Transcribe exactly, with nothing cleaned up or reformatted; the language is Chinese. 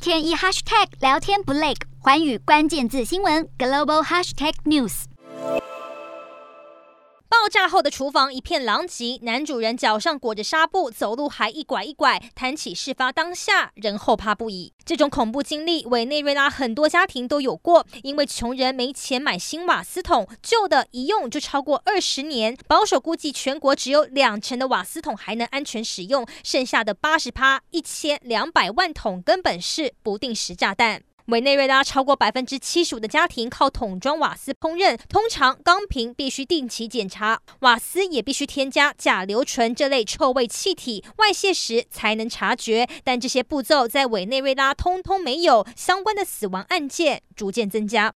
天一 hashtag 聊天不累，寰宇关键字新闻 global hashtag news。 爆炸后的厨房一片狼藉，男主人脚上裹着纱布，走路还一拐一拐。谈起事发当下，人后怕不已。这种恐怖经历，委内瑞拉很多家庭都有过。因为穷人没钱买新瓦斯桶，旧的一用就超过二十年。保守估计，全国只有两成的瓦斯桶还能安全使用，剩下的八十趴一千两百万桶根本是不定时炸弹。委内瑞拉超过百分之七十五的家庭靠桶装瓦斯烹饪，通常钢瓶必须定期检查，瓦斯也必须添加甲硫醇这类臭味气体，外泄时才能察觉。但这些步骤在委内瑞拉通通没有，相关的死亡案件逐渐增加。